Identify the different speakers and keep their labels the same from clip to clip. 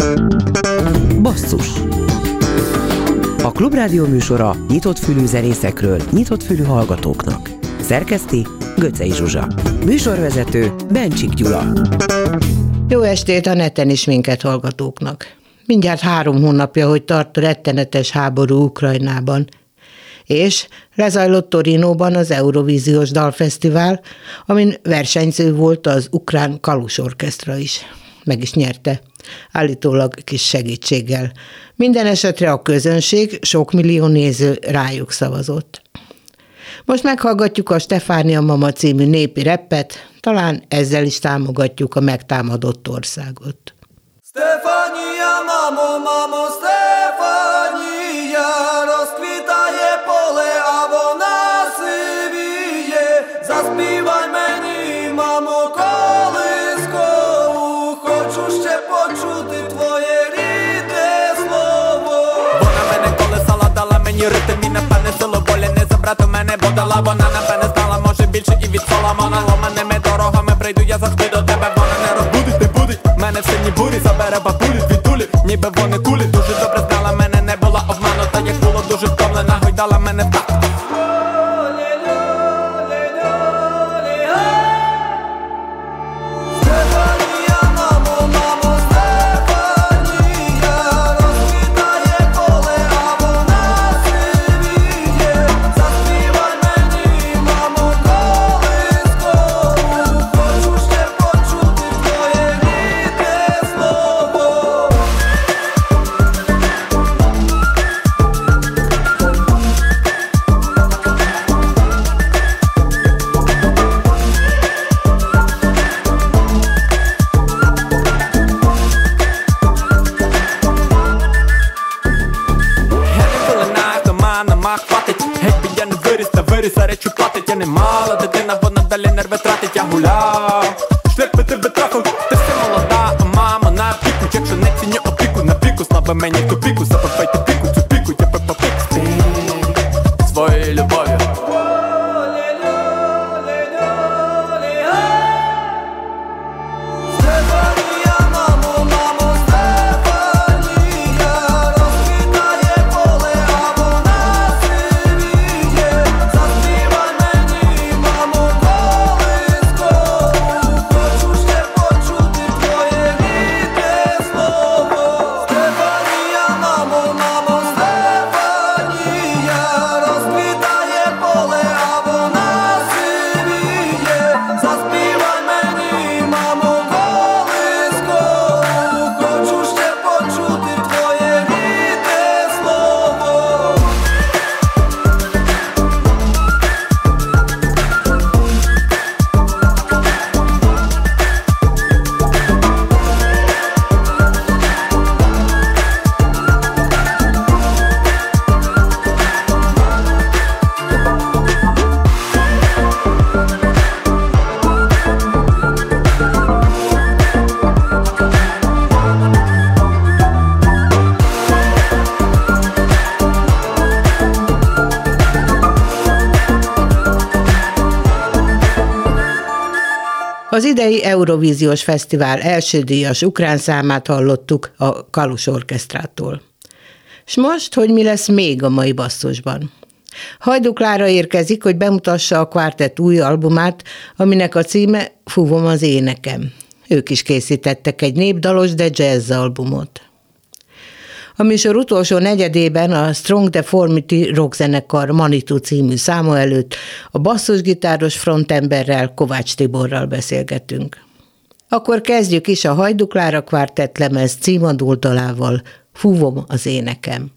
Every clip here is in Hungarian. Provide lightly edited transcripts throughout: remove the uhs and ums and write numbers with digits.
Speaker 1: Basszus. A Klubrádió műsora nyitott fülű zenészekről, nyitott fülű hallgatóknak. Szerkeszti Göcsei Zsuzsa. Műsorvezető Bencsik Gyula.
Speaker 2: Jó estét a neten is minket hallgatóknak. Mindjárt 3 hónapja, hogy tart a rettenetes háború Ukrajnában, és lezajlott Torinóban az Eurovíziós Dalfesztivál, amin versenyző volt az ukrán Kalus Orkesztra is. Meg is nyerte, állítólag kis segítséggel. Minden esetre a közönség, sok millió néző rájuk szavazott. Most meghallgatjuk a Stefánia Mama című népi rappet, talán ezzel is támogatjuk a megtámadott országot.
Speaker 3: Stefania, mamo, mamo, Stefania, rozkwitaje pole, a вона сивіє. Заспівай мені, мамо, колискову, хочу ще почути твоє рідне слово. Вона мене колесала, дала мені ритм і напевне силу волі не забрати мене, бо дала вона, напевне, стала, може більше і від Соломона. Ломаними дорогами прийду я завжди до тебе, вона не розбудить, не будить мене в синій бурі, забере бабулі, звідулі, ніби вони кулі. Дуже добре знала мене, не була обманута, як було дуже втомлена, гойдала мене в такт. Речу платить, я не мала дитина, вона далі нерви тратить, я гуляв. Шлях би тебе трафив, ти все молода, а мама на піку. Якщо не ціню опіку, на піку, слабе мені в тупіку. Забивайте піку, цю піку, я Пеппа Пік. Своєю любов'ю.
Speaker 2: Az idei Eurovíziós Fesztivál első díjas ukrán számát hallottuk a Kalus Orkesztrától. S most, hogy mi lesz még a mai basszusban? Hajdú Klára érkezik, hogy bemutassa a kvártett új albumát, aminek a címe Fúvom az énekem. Ők is készítettek egy népdalos, de jazz albumot. A műsor utolsó negyedében a Strong Deformity rockzenekar Manitou című száma előtt a basszusgitáros frontemberrel, Kovács Tiborral beszélgetünk. Akkor kezdjük is a Hajdú Klára kvártett lemez címadó dalával, Fúvom az énekem.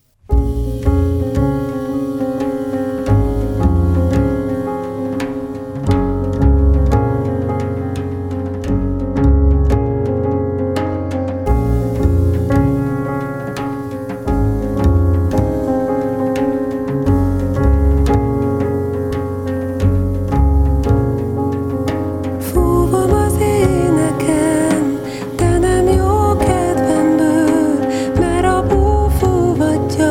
Speaker 4: Te nem jó kedvemből, mert a búfó vagy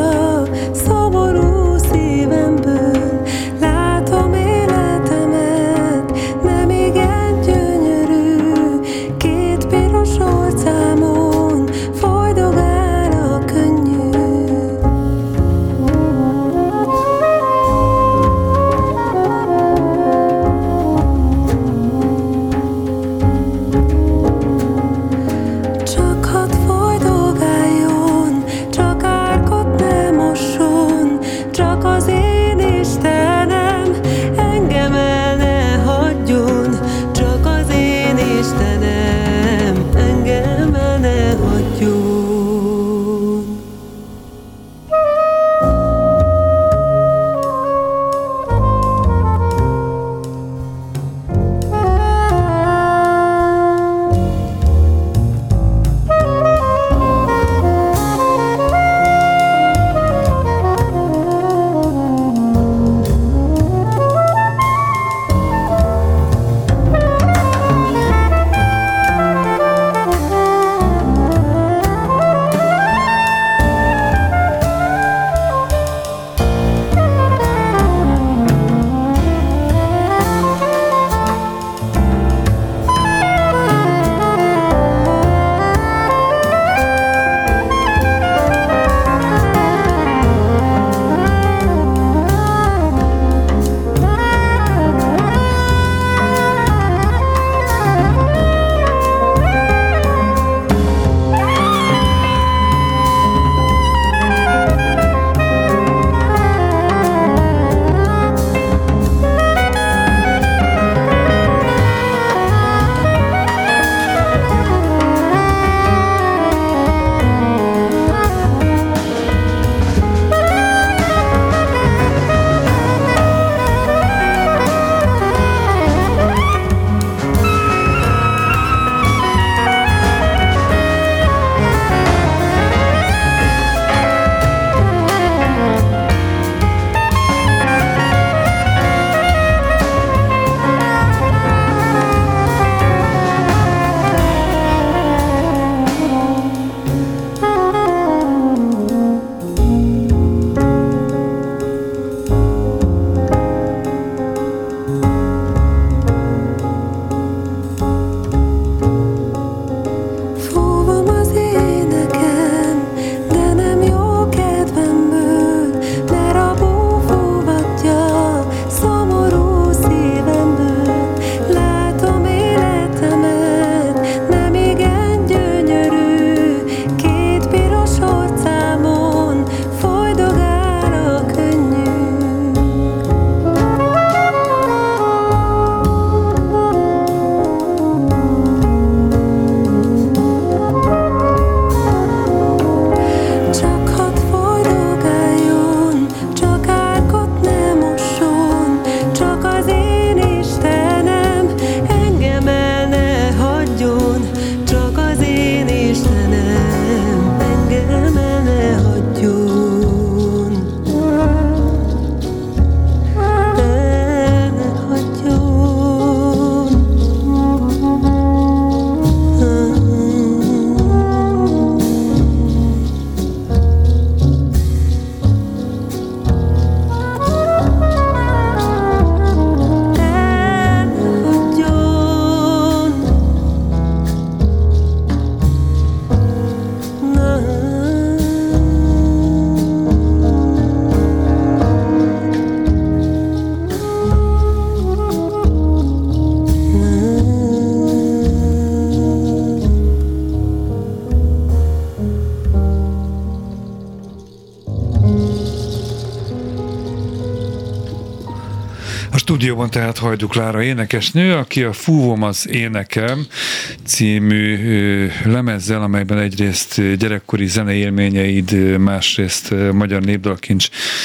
Speaker 4: stúdióban tehát Hajdú Klára énekesnő, aki a Fúvom az énekem című lemezzel, amelyben egyrészt gyerekkori zenei élményeid, másrészt magyar népdalkincs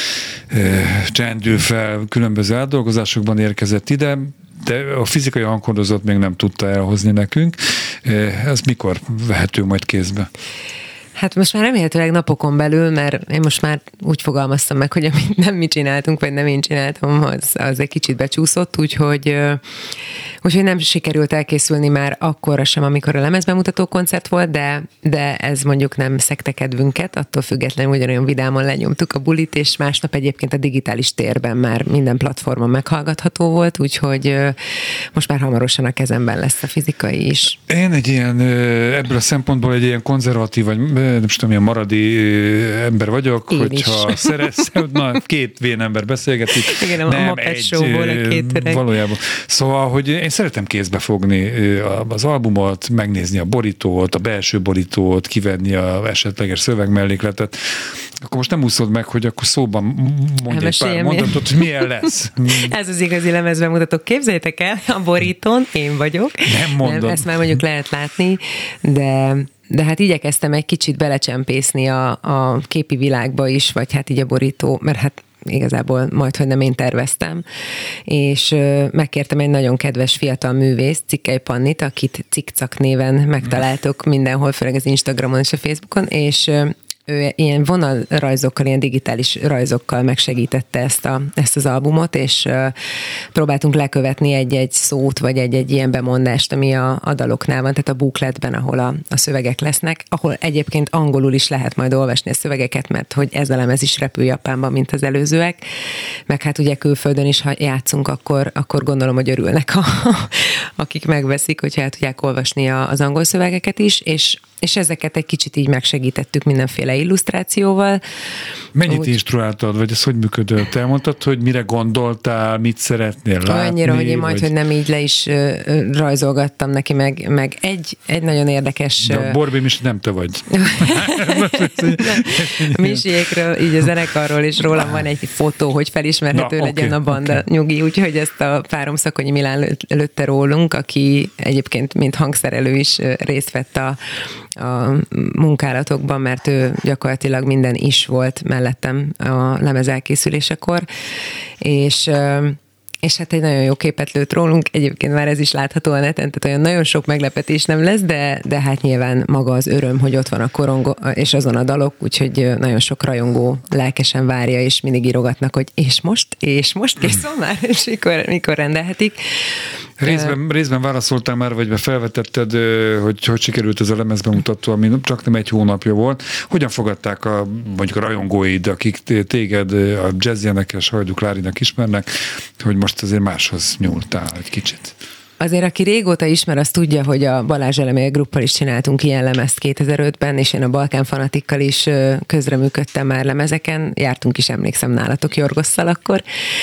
Speaker 4: csendül fel különböző átdolgozásokban érkezett ide, de a fizikai hangkordozót még nem tudta elhozni nekünk. Ez mikor vehető majd kézbe?
Speaker 5: Hát most már remélhetőleg napokon belül, mert én most már úgy fogalmaztam meg, hogy amit nem mi csináltunk, vagy nem én csináltam, az egy kicsit becsúszott, úgyhogy nem sikerült elkészülni már akkorra sem, amikor a lemezbemutató koncert volt, de ez mondjuk nem szegte kedvünket, attól függetlenül ugyanolyan vidáman lenyomtuk a bulit, és másnap egyébként a digitális térben már minden platformon meghallgatható volt, úgyhogy most már hamarosan a kezemben lesz a fizikai is.
Speaker 4: Én egy ilyen, ebből a szempontból egy ilyen konzervatív, vagy nem tudom, ilyen maradi ember vagyok, én hogyha szeretsz, na, két vén ember beszélgetik.
Speaker 5: Igen, a Muppet Show-ból a két öreg.
Speaker 4: Valójában. Szóval, hogy én szeretem kézbe fogni az albumot, megnézni a borítót, a belső borítót, kivenni a esetleges szövegmellékletet. Akkor most nem úszod meg, hogy akkor szóban mondj egy pár mondatot, hogy milyen lesz.
Speaker 5: Ez az igazi lemezbemutatók. Képzeljétek el, a borítón én vagyok.
Speaker 4: Nem mondom.
Speaker 5: Nem, ezt már mondjuk lehet látni, de hát igyekeztem egy kicsit belecsempészni a képi világba is, vagy hát így a borító, mert hát igazából majdhogy nem én terveztem, és megkértem egy nagyon kedves fiatal művész, Cikkely Pannit, akit Cikcak néven megtaláltok mindenhol, főleg az Instagramon és a Facebookon, és ő ilyen vonalrajzokkal, ilyen digitális rajzokkal megsegítette ezt az albumot, és próbáltunk lekövetni egy-egy szót, vagy egy ilyen bemondást, ami a daloknál van, tehát a bookletben, ahol a szövegek lesznek, ahol egyébként angolul is lehet majd olvasni a szövegeket, mert hogy ez a lemez is repül Japánban, mint az előzőek, meg hát ugye külföldön is, ha játszunk, akkor gondolom, hogy örülnek, akik megveszik, hogyha el tudják olvasni az angol szövegeket is, és ezeket egy kicsit így megsegítettük mindenféle illusztrációval.
Speaker 4: Mennyit instruáltad, vagy ez hogy működött? Elmondtad, hogy mire gondoltál, mit szeretnél látni?
Speaker 5: Annyira, hogy én majd, hogy nem így le is rajzolgattam neki, meg egy nagyon érdekes...
Speaker 4: De a Borbém is nem te vagy.
Speaker 5: Misiékről, így a zenekarról, és rólam van egy fotó, hogy felismerhető legyen a banda nyugi, úgyhogy ezt a párom Szakonyi Milán lőtte rólunk, aki egyébként mint hangszerelő is részt vett a munkálatokban, mert ő gyakorlatilag minden is volt mellettem a lemez elkészülésekor, és hát egy nagyon jó képet lőtt rólunk, egyébként már ez is látható a neten, tehát olyan nagyon sok meglepetés nem lesz, de hát nyilván maga az öröm, hogy ott van a korong és azon a dalok, úgyhogy nagyon sok rajongó lelkesen várja, és mindig írogatnak, hogy és most készül már, és mikor rendelhetik.
Speaker 4: Részben válaszoltál már, vagy felvetetted, hogy sikerült ez a lemezbemutató, ami csak nem egy hónapja volt. Hogyan fogadták mondjuk a rajongóid, akik téged a jazzénekes Hajdú Klárinak ismernek, hogy most azért máshoz nyúltál egy kicsit?
Speaker 5: Azért, aki régóta ismer, az tudja, hogy a Balázs Elemér Gruppal is csináltunk ilyen lemezt 2005-ben, és én a Balkán Fanatikkal is közreműködtem már lemezeken, jártunk is, emlékszem, nálatok Jorgosszal akkor,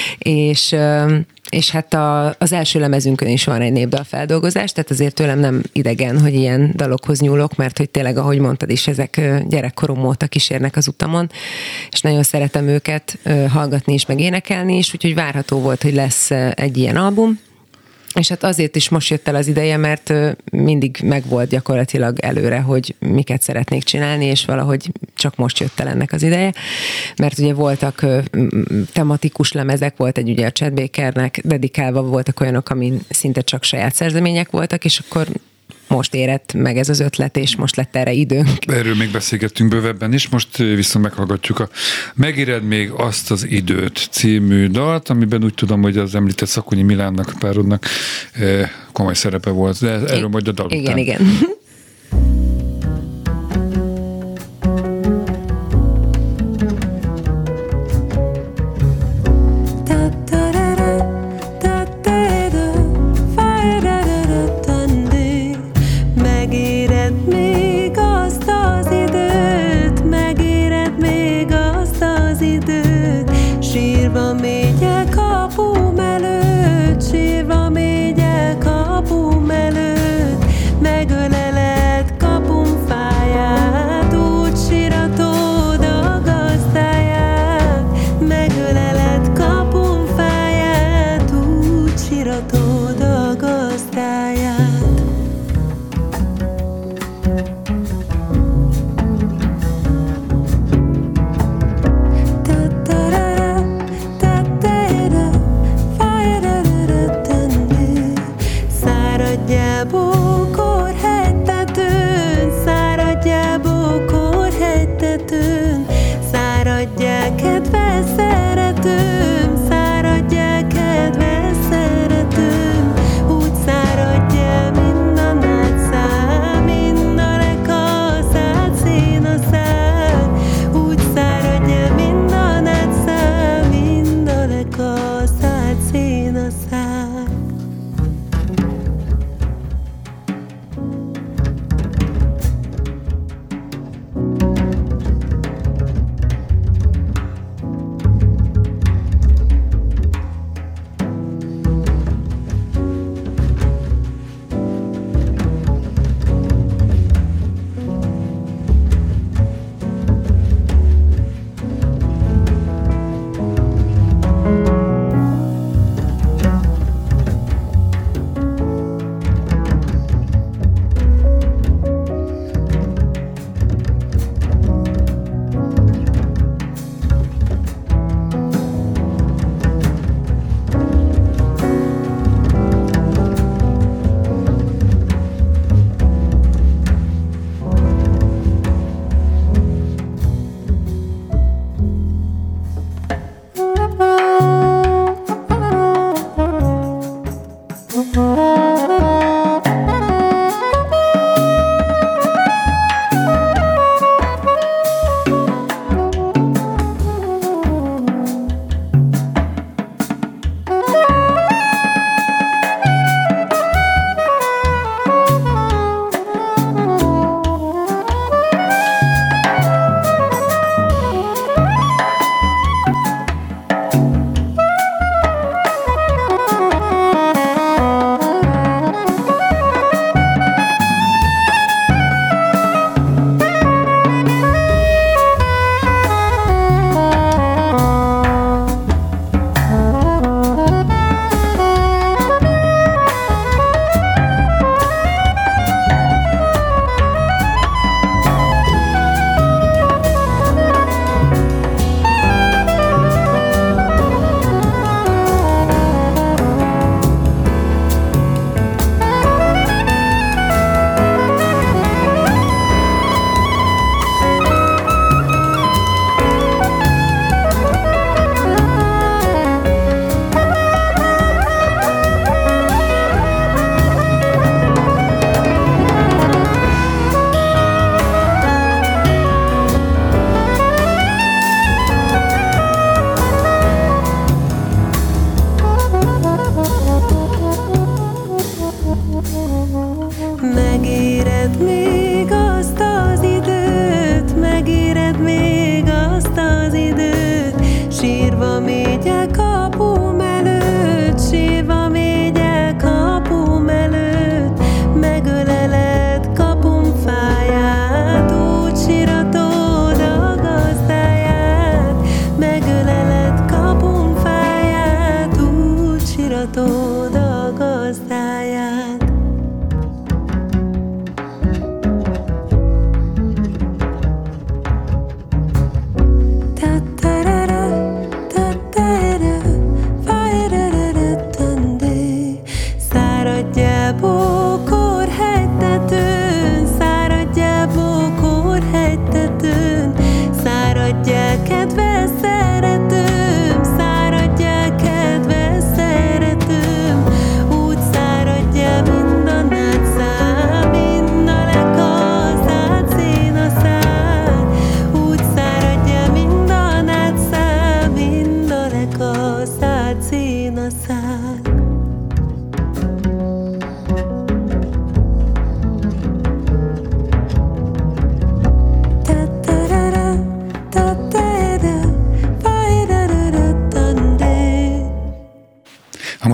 Speaker 5: és hát az első lemezünkön is van egy népdalfeldolgozás, tehát azért tőlem nem idegen, hogy ilyen dalokhoz nyúlok, mert hogy tényleg, ahogy mondtad is, ezek gyerekkorom óta kísérnek az utamon, és nagyon szeretem őket hallgatni is, meg énekelni is, úgyhogy várható volt, hogy lesz egy ilyen album. És hát azért is most jött el az ideje, mert mindig megvolt gyakorlatilag előre, hogy miket szeretnék csinálni, és valahogy csak most jött el ennek az ideje, mert ugye voltak tematikus lemezek, volt egy ugye a Chet Bakernek dedikálva, voltak olyanok, amin szinte csak saját szerzemények voltak, és akkor most érett meg ez az ötlet, és most lett erre időnk. Erről
Speaker 4: még beszélgettünk bővebben is, most viszont meghallgatjuk a Megéred még azt az időt című dalt, amiben úgy tudom, hogy az említett Szakonyi Milánnak, a párodnak komoly szerepe volt, de erről majd a dal után.
Speaker 5: Igen.
Speaker 6: Megölelek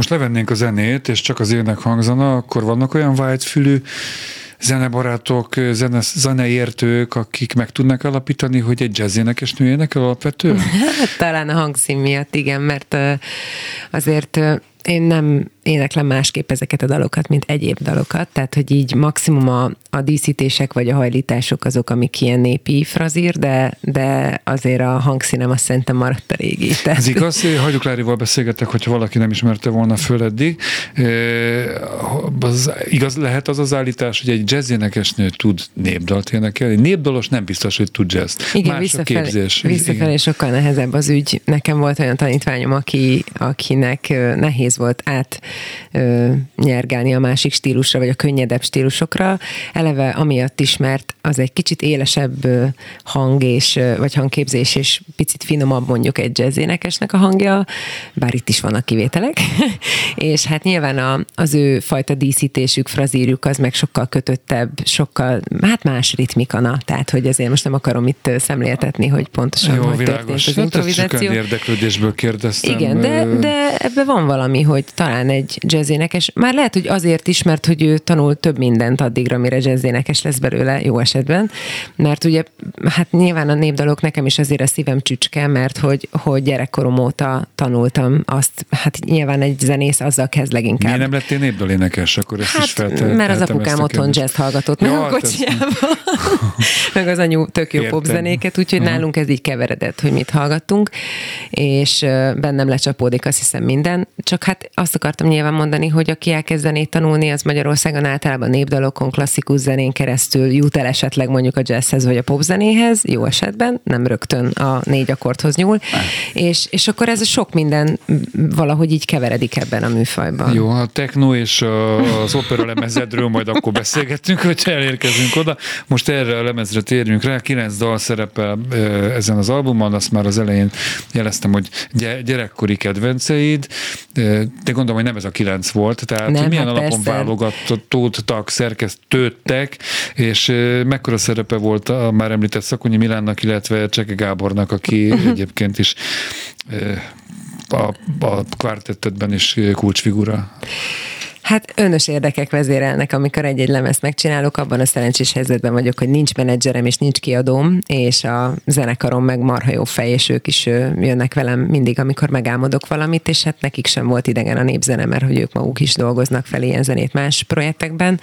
Speaker 4: most levennénk a zenét, és csak az ének hangzana, akkor vannak olyan vágyfülű zenebarátok, zeneértők, akik meg tudnak alapítani, hogy egy jazzénekesnő énekel alapvetően?
Speaker 5: Hát talán a hangszín miatt, igen, mert azért én nem éneklem másképp ezeket a dalokat, mint egyéb dalokat, tehát hogy így maximum a díszítések vagy a hajlítások azok, amik ilyen népi frazír, de azért a hangszínem azt szerintem maradt a régi.
Speaker 4: Ez igaz, Hajduk Lárival beszélgetek, hogyha valaki nem ismerte volna föl eddig. Igaz lehet az állítás, hogy egy jazzénekesnő tud népdalt énekelni? Népdalos nem biztos, hogy tud jazzt.
Speaker 5: Igen, visszafelé sokkal nehezebb az ügy. Nekem volt olyan tanítványom, akinek nehéz volt nyergálni a másik stílusra, vagy a könnyedebb stílusokra. Eleve amiatt is, mert az egy kicsit élesebb hang vagy hangképzés, és picit finomabb mondjuk egy jazzénekesnek a hangja, bár itt is vannak kivételek. És hát nyilván az ő fajta díszítésük, frazírjuk az meg sokkal kötöttebb, sokkal, más ritmikana, tehát hogy azért most nem akarom itt szemléltetni, hogy pontosan
Speaker 4: jó,
Speaker 5: hogy
Speaker 4: világos.
Speaker 5: történt az improvizáció.
Speaker 4: Csak érdeklődésből kérdeztem.
Speaker 5: Igen, de ebben van valami, hogy talán egy jazzénekes, már lehet, hogy azért is, mert hogy ő tanul több mindent addigra, mire jazzénekes lesz belőle, jó esetben, mert ugye, hát nyilván a népdalok nekem is azért a szívem csücske, mert hogy gyerekkorom óta tanultam azt, hát nyilván egy zenész azzal kezd leginkább.
Speaker 4: Miért nem lettél népdalénekes? Akkor ezt is feltehetem.
Speaker 5: Mert az apukám otthon jazz hallgatott meg a kocsiában. Meg az anyu tök jó popzenéket, úgyhogy nálunk ez így keveredett, hogy mit hallgattunk, és bennem lecsapódik azt hiszem minden. Csak hát azt akartam nyilván mondani, hogy aki elkezd zenét tanulni, az Magyarországon általában népdalokon, klasszikus zenén keresztül jut el esetleg mondjuk a jazzhez vagy a popzenéhez, jó esetben, nem rögtön a 4 akkordhoz nyúl, és akkor ez a sok minden valahogy így keveredik ebben a műfajban.
Speaker 4: Jó, a techno és az opera lemezedről majd akkor beszélgettünk, hogy elérkezünk oda. Most erre a lemezre térjünk rá, 9 dal szerepel ezen az albumon, azt már az elején jeleztem, hogy gyerekkori kedvenceid, de gondolom, hogy nem ez a 9 volt, tehát
Speaker 5: nem,
Speaker 4: milyen
Speaker 5: hát
Speaker 4: alapon válogatottak, szerkesztődtek, és mekkora szerepe volt a már említett Szakonyi Milánnak, illetve Cseke Gábornak, aki egyébként is a kvártettetben is kulcsfigura.
Speaker 5: Hát önös érdekek vezérelnek, amikor egy-egy lemezt megcsinálok, abban a szerencsés helyzetben vagyok, hogy nincs menedzserem és nincs kiadóm, és a zenekarom meg marha jó fej, és ők is jönnek velem mindig, amikor megálmodok valamit, és hát nekik sem volt idegen a népzene, mert hogy ők maguk is dolgoznak fel ilyen zenét más projektekben,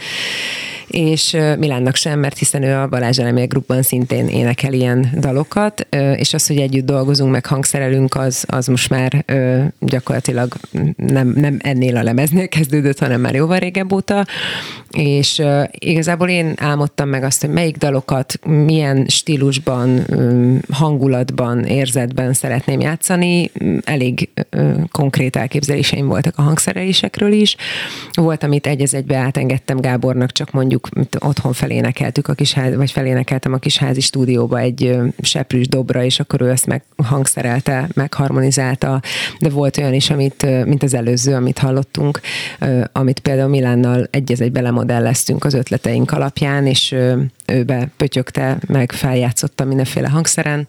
Speaker 5: és Milánnak sem, mert hiszen ő a Balázs Elemér Groupban szintén énekel ilyen dalokat, és az, hogy együtt dolgozunk, meg hangszerelünk, az most már gyakorlatilag nem ennél a lemeznél kezdődött, hanem már jóval régebb óta, és igazából én álmodtam meg azt, hogy melyik dalokat milyen stílusban, hangulatban, érzetben szeretném játszani. Elég konkrét elképzeléseim voltak a hangszerelésekről is. Volt, amit egy-egybe átengedtem Gábornak, csak mondjuk otthon felénekeltük vagy felénekeltem a kisházi stúdióba egy seprűs dobra, és akkor ő ezt meghangszerelte, megharmonizálta, de volt olyan is, mint az előző, amit hallottunk, amit például Milánnal egy-egybe lemodelleztünk az ötleteink alapján, és ő bepötyögte, meg feljátszotta mindenféle hangszeren,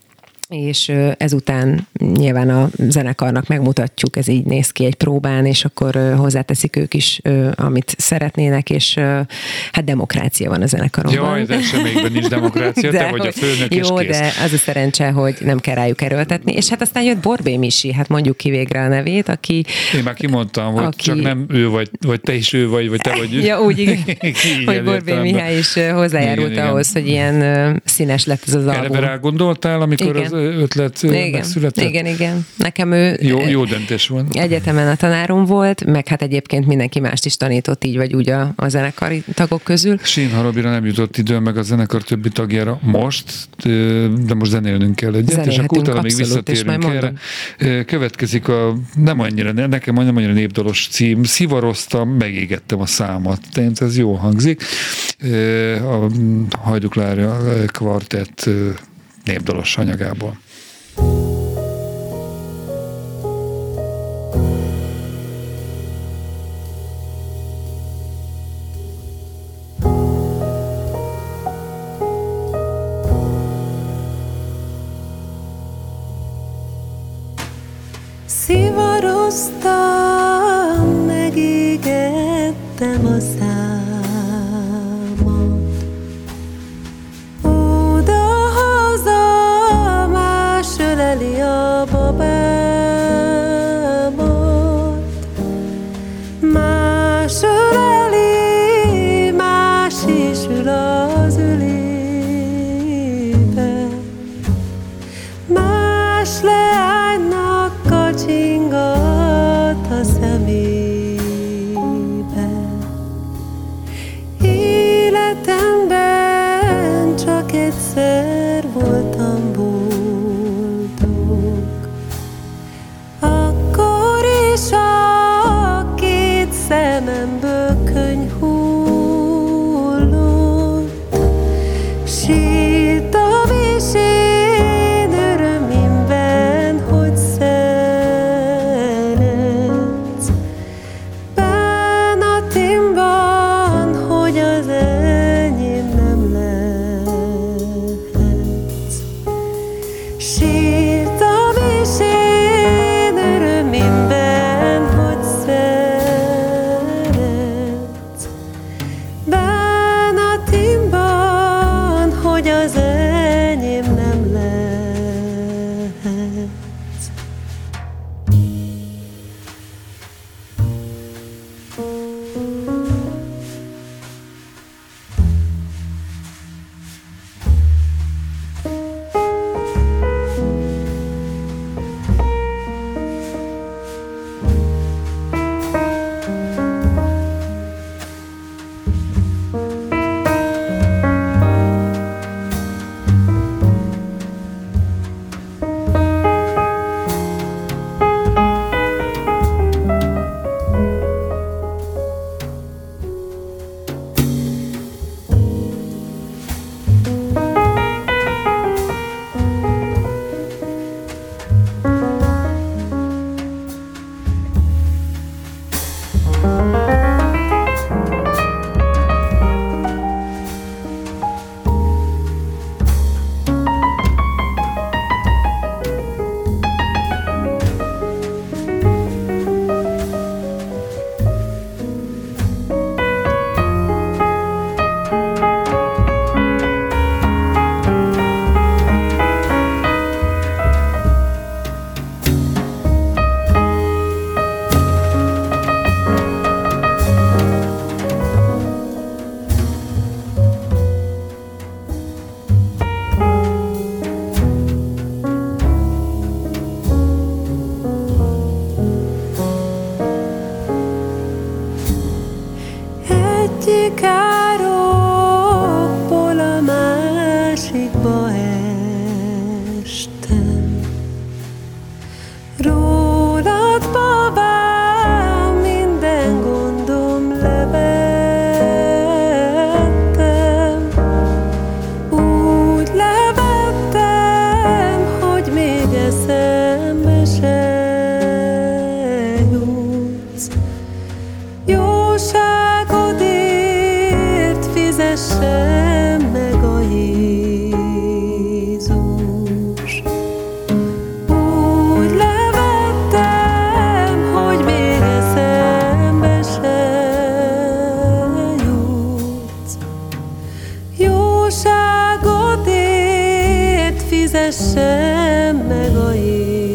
Speaker 5: és ezután nyilván a zenekarnak megmutatjuk, ez így néz ki egy próbán, és akkor hozzáteszik ők is, amit szeretnének, és hát demokrácia van a zenekaromban.
Speaker 4: Jaj, de eseményben nincs demokrácia, te vagy a főnök, és
Speaker 5: jó,
Speaker 4: kész.
Speaker 5: de az a szerencse, hogy nem kell rájuk erőltetni, és hát aztán jött Borbé Misi, hát mondjuk ki végre a nevét, aki...
Speaker 4: Én már kimondtam, hogy csak nem ő vagy te is ő vagy te vagy ő.
Speaker 5: Ja, úgy igen, hogy Borbé Mihály is hozzájárult igen, ahhoz, hogy ilyen színes lett ez az album.
Speaker 4: Erre rágondoltál, amikor az ötlet megszületett?
Speaker 5: Igen. Nekem ő
Speaker 4: jó döntés volt.
Speaker 5: Egyetemen a tanárom volt, meg hát egyébként mindenki mást is tanított így vagy úgy a zenekari tagok közül.
Speaker 4: Sinha Robira nem jutott idő, meg a zenekar többi tagjára most, de most zenélnünk kell egyet, és akkor utána még visszatérünk erre. Következik nem annyira népdalos cím, Szivaroztam, megégettem a számat. Tehát ez jól hangzik. A Hajduk Lári kvartett népdalos anyagából.
Speaker 6: Szivaroztam Kértem a számot. Oda-haza más öleli a babámat, más öleli, más is ül az ölébe, más leánynak kacsingat a szemébe. Életemben csak egyszer voltam boldog, akkor is a két szememből könny hullott. Sírtam és én örömimben, hogy szeretsz, bánatimban, hogy az enyém nem lehetsz. Sírtam és én örömimben, hogy szeretsz, bánatimban, hogy az enyém nem lehetsz. Egyik árokból a másikba estem, rólad, babám, minden gondom levettem. Úgy levettem, hogy még eszembe se jutsz. Jóságodért fizessen meg a Jézus. Úgy levettem, hogy még eszembe se jutsz. Jóságodért fizessen meg a Jézus.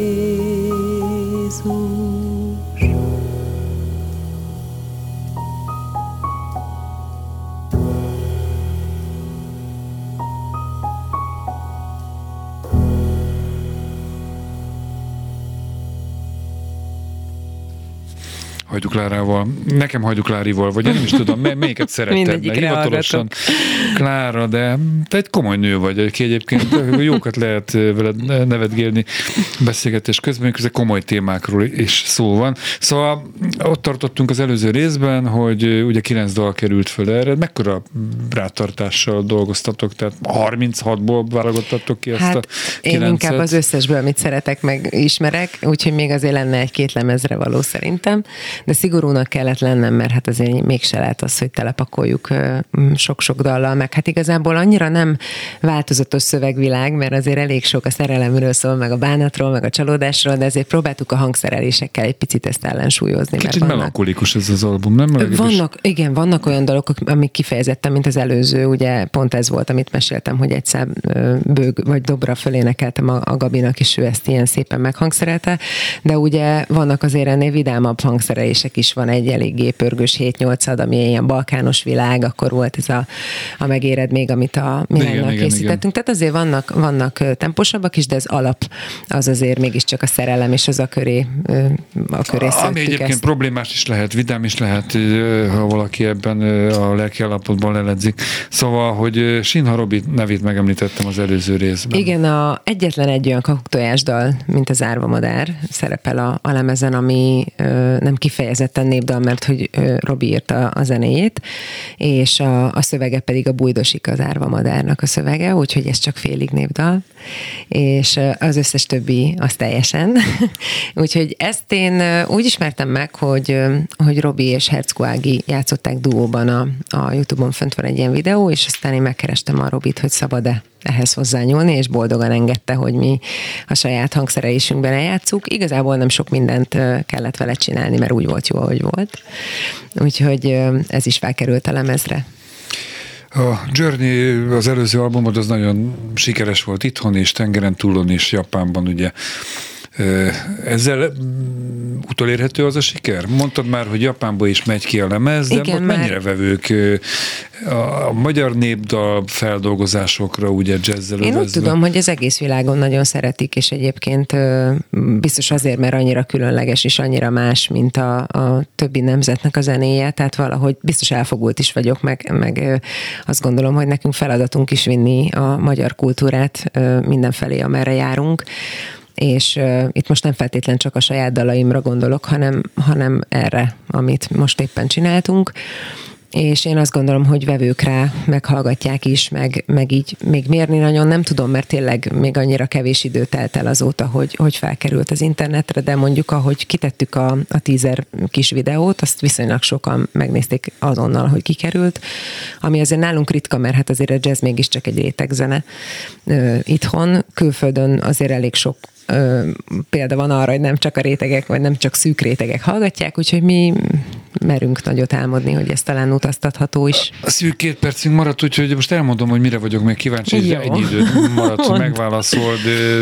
Speaker 4: Hajdú Klárával, nekem Hajdú Klárival, vagy én nem is tudom, melyiket szeretted, mert hivatalosan Klára, de te egy komoly nő vagy, aki egyébként jókat lehet veled nevetgélni beszélgetés közben, közben komoly témákról is szó van. Szóval ott tartottunk az előző részben, hogy ugye 9 dal került föl erre, mekkora rátartással dolgoztatok, tehát 36-ból válogattatok ki ezt a 9-et?
Speaker 5: Én inkább az összesből, amit szeretek, meg ismerek, úgyhogy még azért lenne 1-2 lemezre való szerintem, de szigorúnak kellett lennem, mert hát azért mégse lehet az, hogy telepakoljuk sok-sok dallal, meg hát igazából annyira nem változatos szövegvilág, mert azért elég sok a szerelemről szól, meg a bánatról, meg a csalódásról, de ezért próbáltuk a hangszerelésekkel egy picit ezt ellensúlyozni.
Speaker 4: Kicsit melankolikus ez az album, nem?
Speaker 5: Vannak olyan dalok, amik kifejezetten, mint az előző, ugye pont ez volt, amit meséltem, hogy egy szám bőg vagy dobra fölénekeltem a Gabinak, és ő ezt ilyen szépen meghangszerelte, de ugye vannak azért ennél vidámabb hangszerelések is, van egy eléggé pörgős 7-8-ad, ami ilyen balkános világ, akkor volt ez a Megéred még, amit a Milánnal készítettünk. Igen. Tehát azért vannak temposabbak is, de az alap az azért mégiscsak a szerelem, és az a köré
Speaker 4: ami egyébként ezt. Problémás is lehet, vidám is lehet, ha valaki ebben a lelki állapotban leledzik. Szóval, hogy Sinha Robi nevét megemlítettem az előző részben. Igen,
Speaker 5: egyetlen egy olyan kakuktojás dal, mint az Árva madár szerepel a lemezen, ami nem kifejezetten népdal, mert hogy Robi írta a zenéjét, és a szövege pedig a Bujdosik az Árva madárnak a szövege, úgyhogy ez csak félig népdal, és az összes többi az teljesen. Úgyhogy ezt én úgy ismertem meg, hogy Robi és Herczko Ági játszották duóban a YouTube-on, fönt van egy ilyen videó, és aztán én megkerestem a Robit, hogy szabad-e ehhez hozzányúlni, és boldogan engedte, hogy mi a saját hangszerelésünkben eljátszuk. Igazából nem sok mindent kellett vele csinálni, mert úgy volt jó, ahogy volt. Úgyhogy ez is felkerült a lemezre.
Speaker 4: A Journey, az előző albumod az nagyon sikeres volt itthon és tengeren túlon és Japánban, ugye. Ezzel utolérhető az a siker? Mondtad már, hogy Japánba is megy ki a lemez, de igen, mennyire vevők a magyar népdal feldolgozásokra, ugye jazzzel övezve?
Speaker 5: Én úgy tudom, hogy az egész világon nagyon szeretik, és egyébként biztos azért, mert annyira különleges és annyira más, mint a többi nemzetnek a zenéje, tehát valahogy biztos elfogult is vagyok, meg azt gondolom, hogy nekünk feladatunk is vinni a magyar kultúrát mindenfelé, amerre járunk. És itt most nem feltétlen csak a saját dalaimra gondolok, hanem erre, amit most éppen csináltunk. És én azt gondolom, hogy vevők rá meghallgatják is, meg így még mérni nagyon nem tudom, mert tényleg még annyira kevés idő telt el azóta, hogy felkerült az internetre, de mondjuk ahogy kitettük a teaser kis videót, azt viszonylag sokan megnézték azonnal, hogy kikerült, ami azért nálunk ritka, mert hát azért a jazz mégiscsak egy rétegzene itthon, külföldön azért elég sok példa van arra, hogy nem csak a rétegek, vagy nem csak szűk rétegek hallgatják, úgyhogy mi merünk nagyot álmodni, hogy ez talán utaztatható is.
Speaker 4: A szűk 2 percünk maradt, úgyhogy most elmondom, hogy mire vagyok még kíváncsi, hogy egy időt maradt, hogy megválaszold.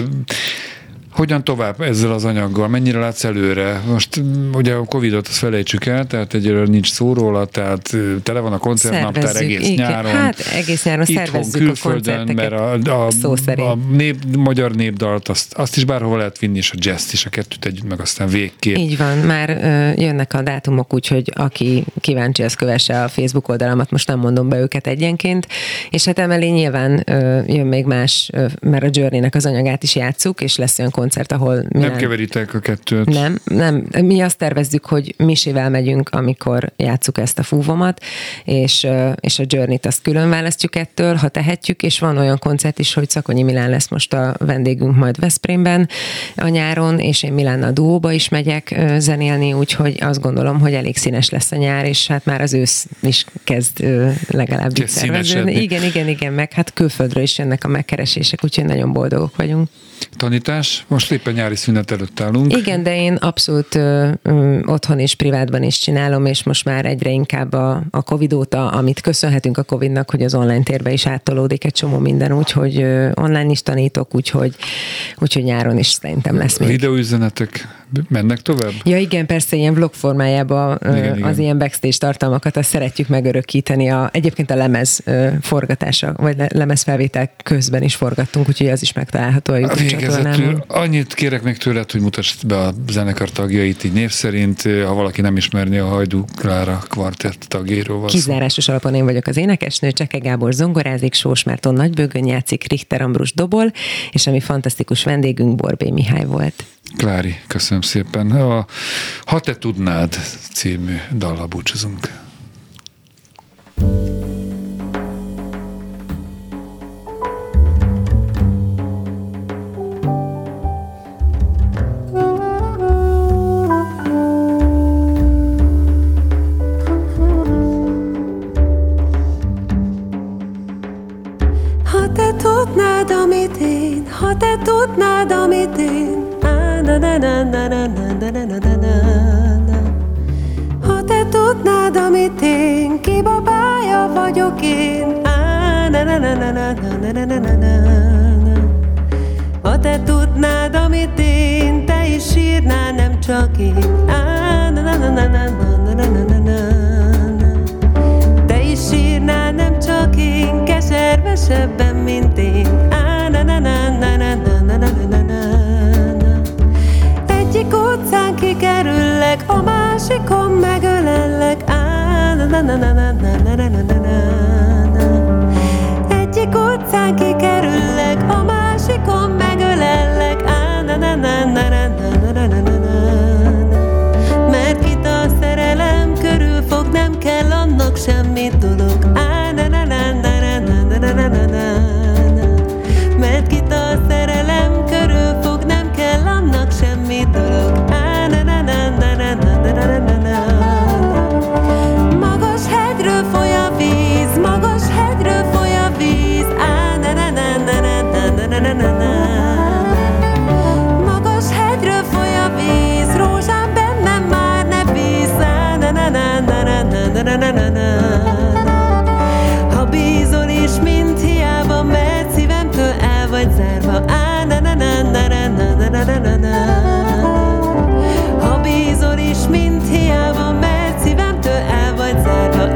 Speaker 4: Hogyan tovább ezzel az anyaggal? Mennyire látsz előre? Most ugye a Covid-ot azt felejtsük el, tehát egyelőre nincs szó róla, tehát tele van a koncertnaptár egész nyáron.
Speaker 5: Hát egész nyáron
Speaker 4: itthon,
Speaker 5: szervezzük
Speaker 4: külföldön,
Speaker 5: a koncerteket,
Speaker 4: mert a magyar népdalt azt is bárhova lehet vinni, és a jazz is, a kettőt együtt, meg aztán végképp.
Speaker 5: Így van, már jönnek a dátumok, úgyhogy aki kíváncsi, az kövesse a Facebook oldalamat, most nem mondom be őket egyenként, és hát emellé nyilván jön még más, mert a Journey-nek az anyagát is játsszuk, és lesz olyan koncert, ahol
Speaker 4: nem keveritek a kettőt.
Speaker 5: Nem. Mi azt tervezzük, hogy Misével megyünk, amikor játsszuk ezt a fúvomat, és a Journey-t azt külön választjuk ettől, ha tehetjük, és van olyan koncert is, hogy Szakonyi Milán lesz most a vendégünk majd Veszprémben a nyáron, és én Milánnal duóba is megyek zenélni, úgyhogy azt gondolom, hogy elég színes lesz a nyár, és hát már az ősz is kezd legalább így szerveződni. Igen, meg hát külföldről is jönnek a megkeresések, úgyhogy nagyon boldogok vagyunk.
Speaker 4: Tanítás? Most éppen nyári szünet előtt állunk.
Speaker 5: Igen, de én abszolút otthon és privátban is csinálom, és most már egyre inkább a Covid óta, amit köszönhetünk a Covidnak, hogy az online térbe is áttolódik egy csomó minden, úgyhogy online is tanítok, úgyhogy nyáron is szerintem lesz még.
Speaker 4: Videóüzenetek mennek tovább?
Speaker 5: Ja igen, persze, ilyen vlog formájában az ilyen backstage tartalmakat, azt szeretjük megörökíteni. Egyébként a lemez forgatása, vagy lemez felvétel közben is forgattunk, úgyhogy az is megtalálható a YouTube csatornámon.
Speaker 4: Annyit kérek még tőled, hogy mutasd be a zenekar tagjait így név szerint, ha valaki nem ismerné a Hajdú Klára kvartett tagjéról.
Speaker 5: Kizárásos alapon én vagyok az énekesnő, Cseke Gábor zongorázik, Sós Márton nagybőgön játszik, Richter Ambrus dobol, és ami fantasztikus vendégünk Borbély Mihály volt.
Speaker 4: Klári, köszönöm szépen. Ha te tudnád című dallal búcsúzunk.
Speaker 6: Ha te tudnád, amit én, ha te tudnád, amit én, ki babája vagyok én. Ha te tudnád, amit én, te is sírnál, nem csak én. Te is sírnál, nem csak én, keservesebben, mint én. Egyik utcán kikerüllek, a másikon megölellek. Egyik utcán kikerüllek, a másikon megölellek. Mert itt a szerelem körül fog, nem kell annak semmi dolog. Mert itt a szerelem körül fog, nem kell annak semmi dolog. Magas hegyről foly a víz, magas hegyről foly a víz. Magas hegyről foly a víz, rózsám bennem már ne bíz. Ha bízol is, mint hiába, mert szívemtől el vagy zárva. Ha bízol is, mint hiába, mert szívemtől el vagy zárva.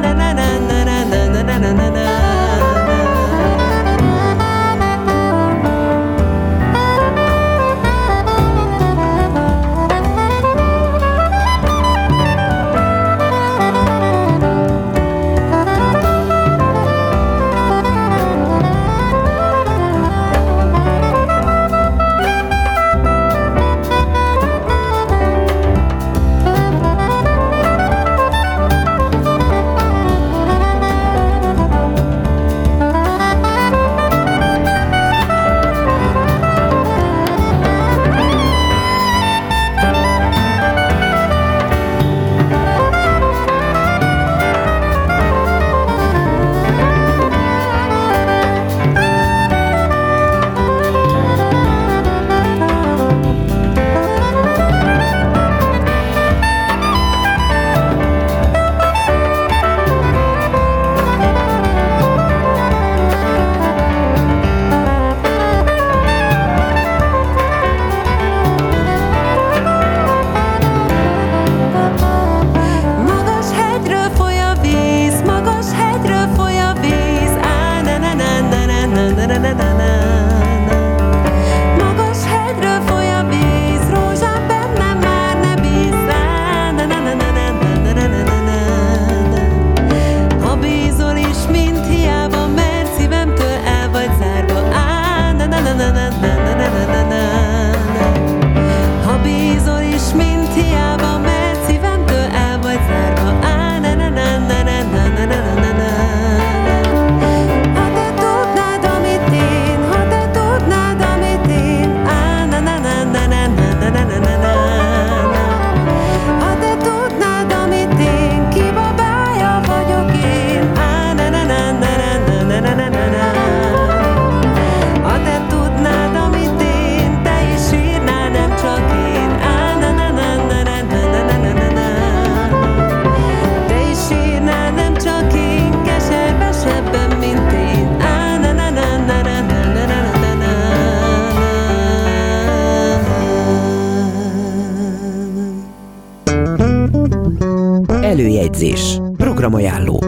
Speaker 1: Előjegyzés. Programajánló.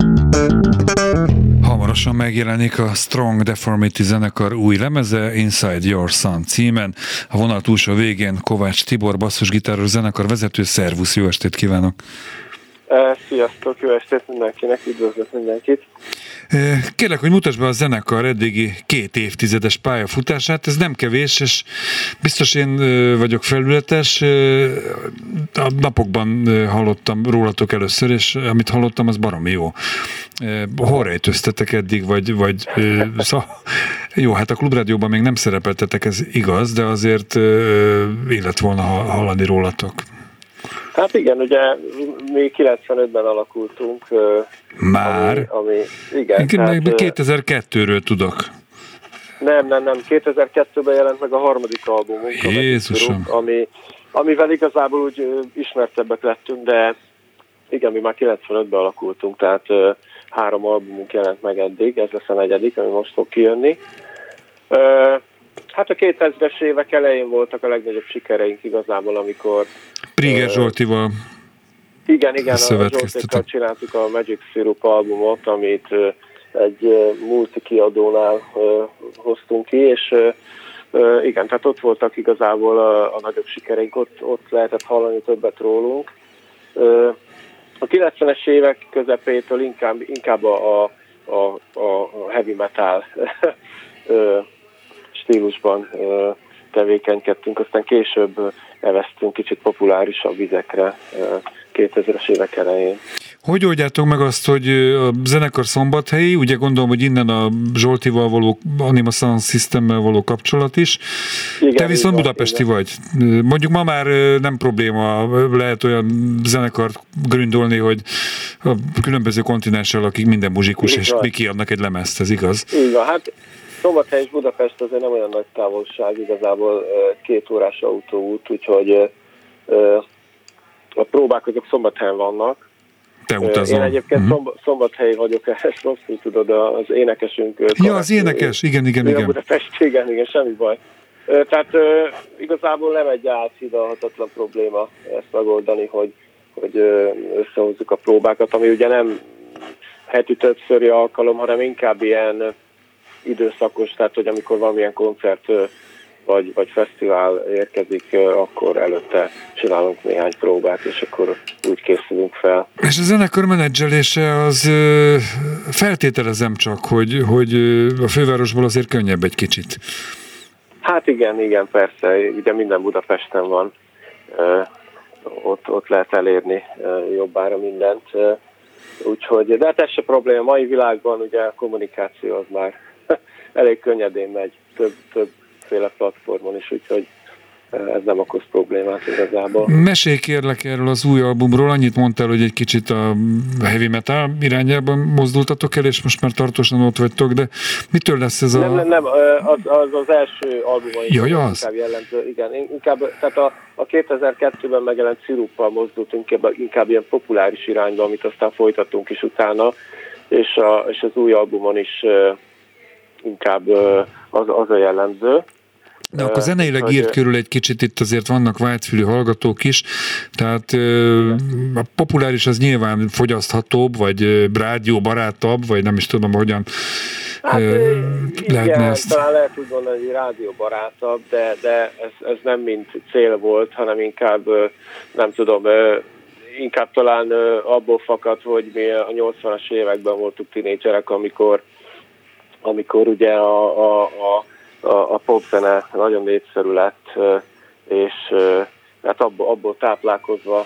Speaker 4: Hamarosan megjelenik a Strong Deformity zenekar új lemeze, Inside Your Sun címen. A vonal túlsó végén Kovács Tibor, basszusgitáros zenekar vezető. Szervusz, jó estét kívánok!
Speaker 7: Sziasztok, jó estét mindenkinek, üdvözlök mindenkit!
Speaker 4: Kérlek, hogy mutasd be a zenekar eddigi 2 évtizedes pályafutását, ez nem kevés, és biztos én vagyok felületes, a napokban hallottam rólatok először, és amit hallottam, az baromi jó. Hol rejtőztetek eddig, vagy jó, hát a Klubrádióban még nem szerepeltetek, ez igaz, de azért illet volna hallani rólatok.
Speaker 7: Hát igen, ugye mi 95-ben alakultunk.
Speaker 4: Már?
Speaker 7: Igen.
Speaker 4: Hát, 2002-ről tudok.
Speaker 7: Nem. 2002-ben jelent meg a harmadik albumunk,
Speaker 4: Jézusom.
Speaker 7: amivel igazából úgy ismertebbek lettünk, de igen, mi már 95-ben alakultunk, tehát 3 albumunk jelent meg eddig, ez lesz a 4., ami most fog kijönni. Hát a 2000-es évek elején voltak a legnagyobb sikereink igazából, amikor...
Speaker 4: Priger Zsoltival.
Speaker 7: Igen, a Zsoltékkal csináltuk a Magic Syrup albumot, amit egy multi-kiadónál hoztunk ki, és igen, tehát ott voltak igazából a nagyobb sikereink, ott lehetett hallani többet rólunk. A 90-es évek közepétől inkább a heavy metal stílusban tevékenykedtünk, aztán később elvesztünk kicsit populárisabb vizekre 2000-es évek elején.
Speaker 4: Hogy oldjátok meg azt, hogy a zenekar szombathelyi, ugye gondolom, hogy innen a Zsoltival való Anima Sound Systemmel való kapcsolat is. Igen, te viszont budapesti vagy. Mondjuk ma már nem probléma, lehet olyan zenekart gründolni, hogy a különböző kontinenssel, akik minden muzsikus, és mi kiadnak egy lemezt, ez igaz?
Speaker 7: Így van, hát Szombathely és Budapest azért nem olyan nagy távolság, igazából 2 órás autóút, úgyhogy a próbák azok Szombathelyen vannak.
Speaker 4: Te utazol.
Speaker 7: Én egyébként Szombathelyi vagyok, ezt rosszul tudod, az énekesünk.
Speaker 4: Ja, az énekes, igen.
Speaker 7: Budapest, igen, semmi baj. Tehát igazából nem egy áthidalhatatlan probléma ezt megoldani, hogy összehozzuk a próbákat, ami ugye nem heti többszöri alkalom, hanem inkább ilyen időszakos, tehát hogy amikor valamilyen koncert vagy fesztivál érkezik, akkor előtte csinálunk néhány próbát, és akkor úgy készülünk fel.
Speaker 4: És a zenekar menedzselése az feltételezem csak, hogy a fővárosból azért könnyebb egy kicsit.
Speaker 7: Hát igen, persze, ugye minden Budapesten van, ott lehet elérni jobbára mindent, úgyhogy, de hát ez se probléma, mai világban ugye a kommunikáció az már elég könnyedén megy, többféle platformon is, úgyhogy ez nem okoz problémát igazából.
Speaker 4: Mesélj kérlek erről az új albumról, annyit mondtál, hogy egy kicsit a heavy metal irányában mozdultatok el, és most már tartósan ott vagytok, de mitől lesz ez a...
Speaker 7: Nem, az első albumon inkább jellemző, igen, inkább, tehát a 2002-ben megjelent Sziruppal mozdultunk inkább ilyen populáris irányba, amit aztán folytattunk is utána, és az új albumon is inkább az a jellemző.
Speaker 4: De akkor zeneileg írt körül egy kicsit, itt azért vannak vágyfülű hallgatók is, tehát a populáris az nyilván fogyaszthatóbb, vagy rádióbarátabb, vagy nem is tudom, hogyan lehetne ezt.
Speaker 7: Talán lehet úgy mondani, hogy rádióbarátabb, de ez nem mint cél volt, hanem inkább, nem tudom, inkább talán abból fakad, hogy mi a 80-as években voltunk tinédzserek, amikor ugye a popzene nagyon népszerű lett, és hát abból táplálkozva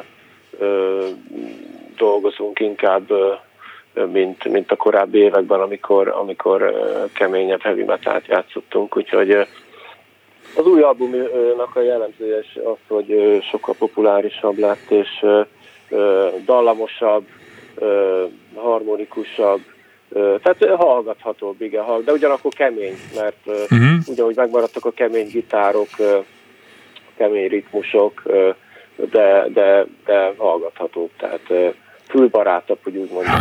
Speaker 7: dolgozunk inkább, mint a korábbi években, amikor keményebb heavy metalt játszottunk, úgyhogy az új albumnak a jellemzője az, hogy sokkal populárisabb lett, és dallamosabb, harmonikusabb, tehát hallgathatóbb, igen, de ugyanakkor kemény, mert ugyanúgy megmaradtak a kemény gitárok, kemény ritmusok, de hallgathatóbb, tehát fülbarátabb, hogy úgy mondjam.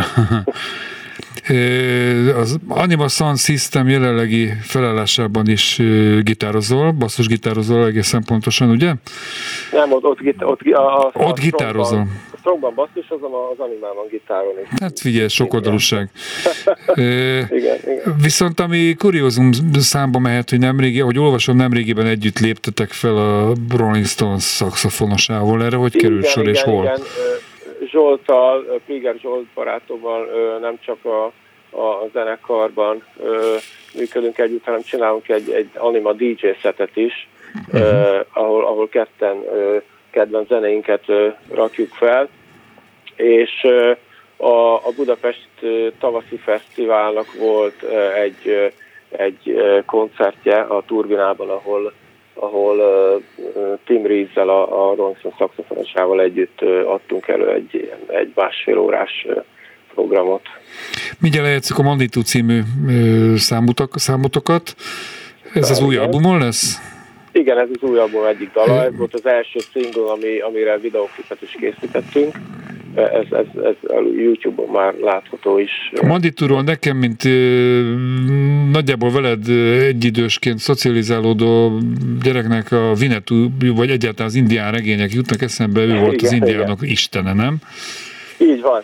Speaker 4: Az Anima Sound System jelenlegi felállásában is gitározol, basszusgitározol egészen pontosan, ugye?
Speaker 7: Nem, ott
Speaker 4: gitározol.
Speaker 7: A strongban basszusozom, az Animában gitáron is.
Speaker 4: Hát figyelj, sokoldalúság.
Speaker 7: Igen.
Speaker 4: Viszont ami kuriózum számba mehet, hogy ahogy olvasom, nemrégiben együtt léptetek fel a Rolling Stones szaxofonosával. Erre hogy került sor és hol?
Speaker 7: Igen. Zsolttal, Priger Zsolt barátommal nem csak a zenekarban működünk együtt, hanem csinálunk egy Anima DJ szetet is, ahol ketten kedvenc zeneinket rakjuk fel, és a Budapest tavaszi fesztiválnak volt egy koncertje a Turbinában, ahol Tim Reeves-zel, a Rolling Stones szaxofonosával együtt adtunk elő egy 1,5 órás programot.
Speaker 4: Mindjárt lejátszuk a Mandító című számotokat. Ez az új albumon lesz?
Speaker 7: Igen, ez az új album egyik dala. Ez volt az első single, amire videóklipet is készítettünk. Ez a YouTube-on már látható is.
Speaker 4: A Mandítóról nekem, mint nagyjából veled egyidősként szocializálódó gyereknek a Winnetou, vagy egyáltalán az indián regények jutnak eszembe, ő volt az indiánok istene, nem?
Speaker 7: Így van.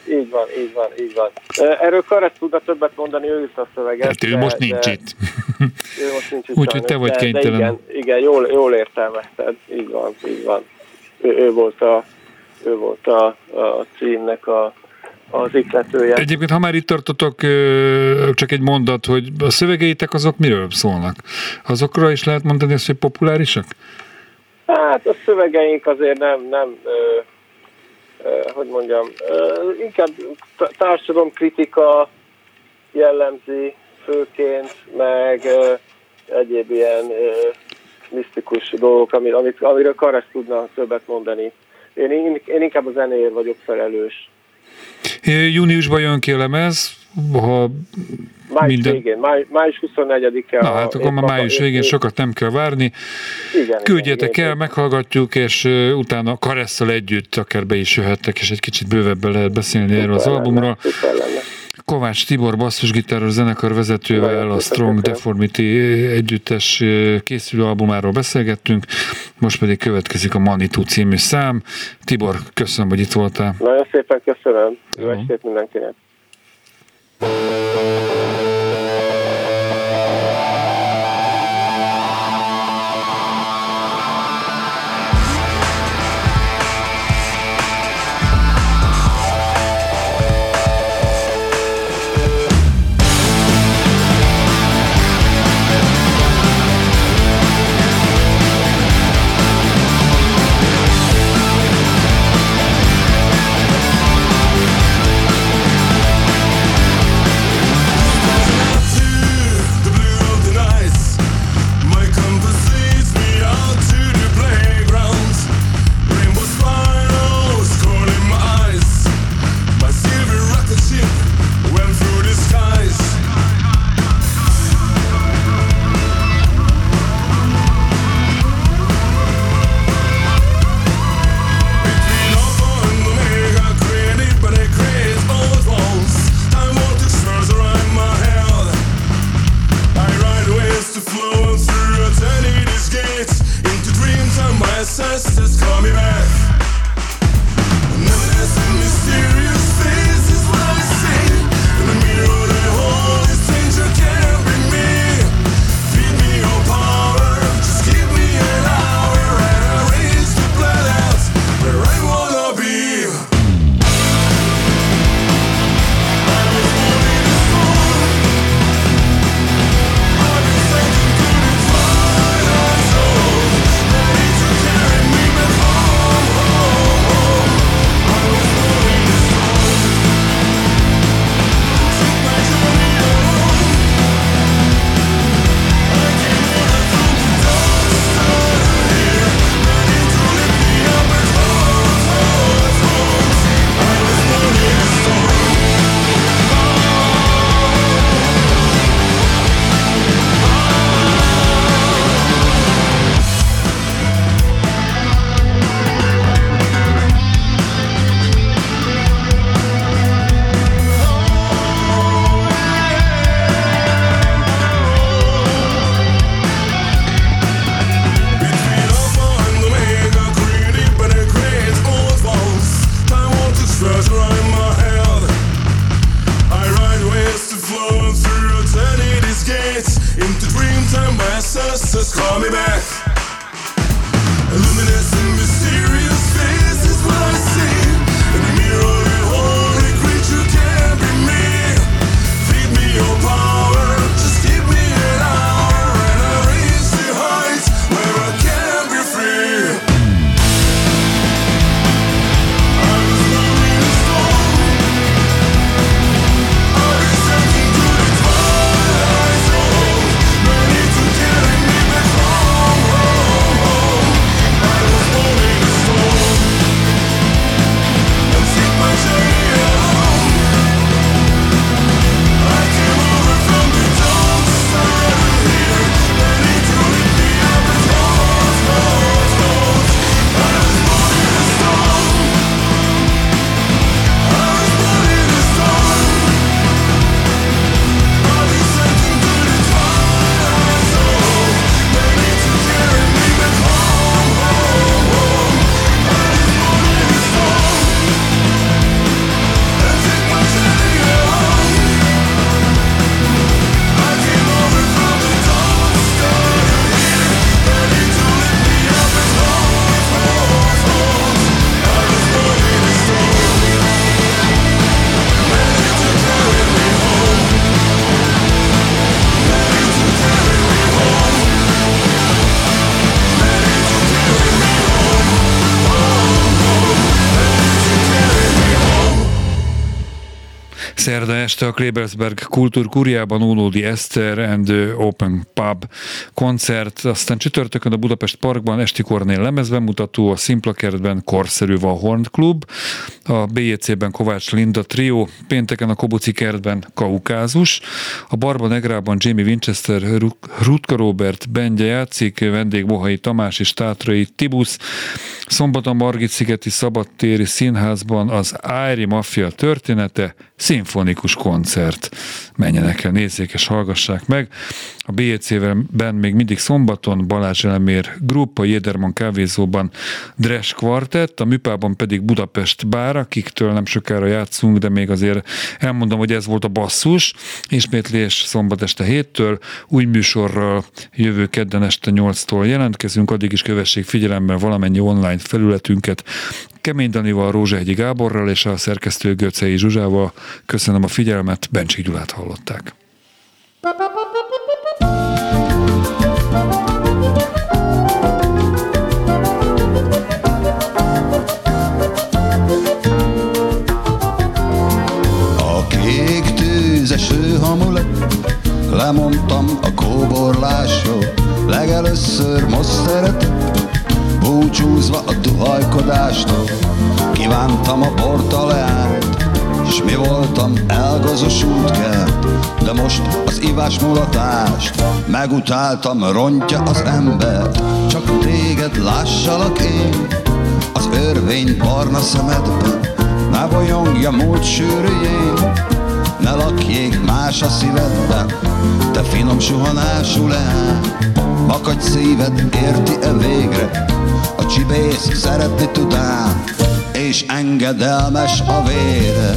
Speaker 7: Erről Karesz tudna többet mondani, ő írta a szöveget.
Speaker 4: Hát ő most nincs itt.
Speaker 7: Ő most nincs itt.
Speaker 4: Úgyhogy te vagy kénytelen.
Speaker 7: Igen, jól értelmezted. Így van. Ő volt a címnek az ikletője.
Speaker 4: Egyébként, ha már itt tartotok, csak egy mondat, hogy a szövegeitek azok miről szólnak? Azokra is lehet mondani azt, hogy populárisak?
Speaker 7: Hát a szövegeink azért nem hogy mondjam, inkább társadalomkritika jellemzi főként, meg egyéb ilyen misztikus dolgok, amiről Karesz tudna többet mondani. Én inkább a zenéért vagyok felelős.
Speaker 4: Júniusban jön ki a lemez, ha
Speaker 7: május 24-e.
Speaker 4: Na hát akkor már május végén sokat nem kell várni. Küldjetek el, meghallgatjuk, és utána Karesszal együtt akár be is jöhettek, és egy kicsit bővebben lehet beszélni erről az albumról. Kovács Tibor basszusgitáros zenekar vezetővel a Strong Deformity együttes készülő albumáról beszélgettünk, most pedig következik a Mandító című szám. Tibor, köszönöm, hogy itt voltál.
Speaker 7: Nagyon szépen köszönöm. Jó estét mindenkinek.
Speaker 4: Szerda este a Klebersberg Kultúrkúriában Ónódi Eszter and Open Pub koncert, aztán csütörtökön a Budapest Parkban Esti Kornél lemezbemutató, a Szimplakertben Korszerű van Horn Klub, a BJC-ben Kovács Linda Trio, pénteken a Kobuci kertben Kaukázus, a Barba Negrában Jamie Winchester, Rutka Robert bendje játszik, vendég Bohai Tamás és Tátrai Tibusz, szombaton Margit-szigeti Szabadtéri Színházban az Ájri Mafia története, szimfonikus koncert. Menjenek el, nézzék és hallgassák meg. A BJC-ben még mindig szombaton Balázs Elmér Group, a Jéderman kávézóban Dres Quartett, a Műpában pedig Budapest Bár, akiktől nem sokára játszunk, de még azért elmondom, hogy ez volt a basszus. Ismétlés szombat este 7-től, új műsorral jövő kedden este 8-tól jelentkezünk, addig is kövessék figyelemben valamennyi online felületünket. Kemény Danival, Rózsahegyi Gáborral és a szerkesztő Göcei Zsuzsával. Köszönöm a figyelmet, Bencsik Gyulát hallották.
Speaker 8: A kék tűzeső hamulat, lemondtam a kóborlásról, legelőször most szeretem, búcsúzva a duhajkodástól. Kívántam a portaleát, s mi voltam elgazosult kert, de most az ivás mulatást megutáltam, rontja az embert. Csak téged lássalak én az örvény barna szemedben, ne bolyongja múlt sűrűjén, ne lakjék más a szívedben. Te finom suhanású leány, makadj szíved érti-e végre a csibész szeretni tudám, és engedelmes a vére.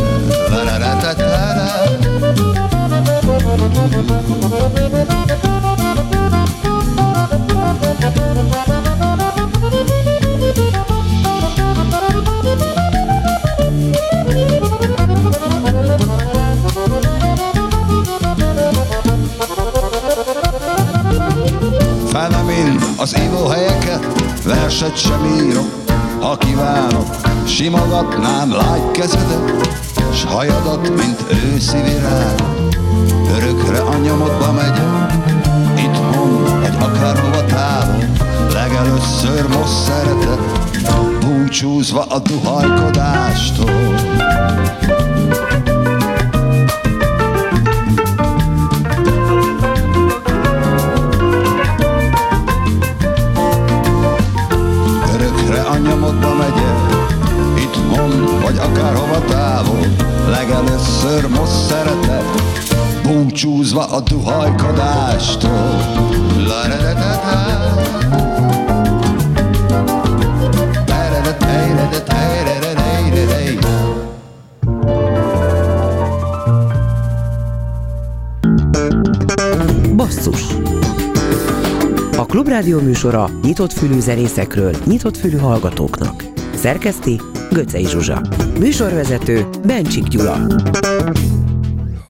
Speaker 8: Fel nem én az ivóhelyeket, verset sem írok, ha kívánok, simogatnám lágy kezedet, s hajadat, mint őszi virág. Örökre a nyomodba megyek, itthon vagy akárhova távol, legelőször most szeretek, búcsúzva a duhajkodástól. A nyomodba megyek, itthon vagy akárhova távol, legelőször most szeretek, búcsúzva a duhajkodástól.
Speaker 1: Basszus. A Klubrádió műsora nyitott fülű zenészekről, nyitott fülű hallgatóknak. Szerkeszti Göcei Zsuzsa. Műsorvezető Bencsik Gyula.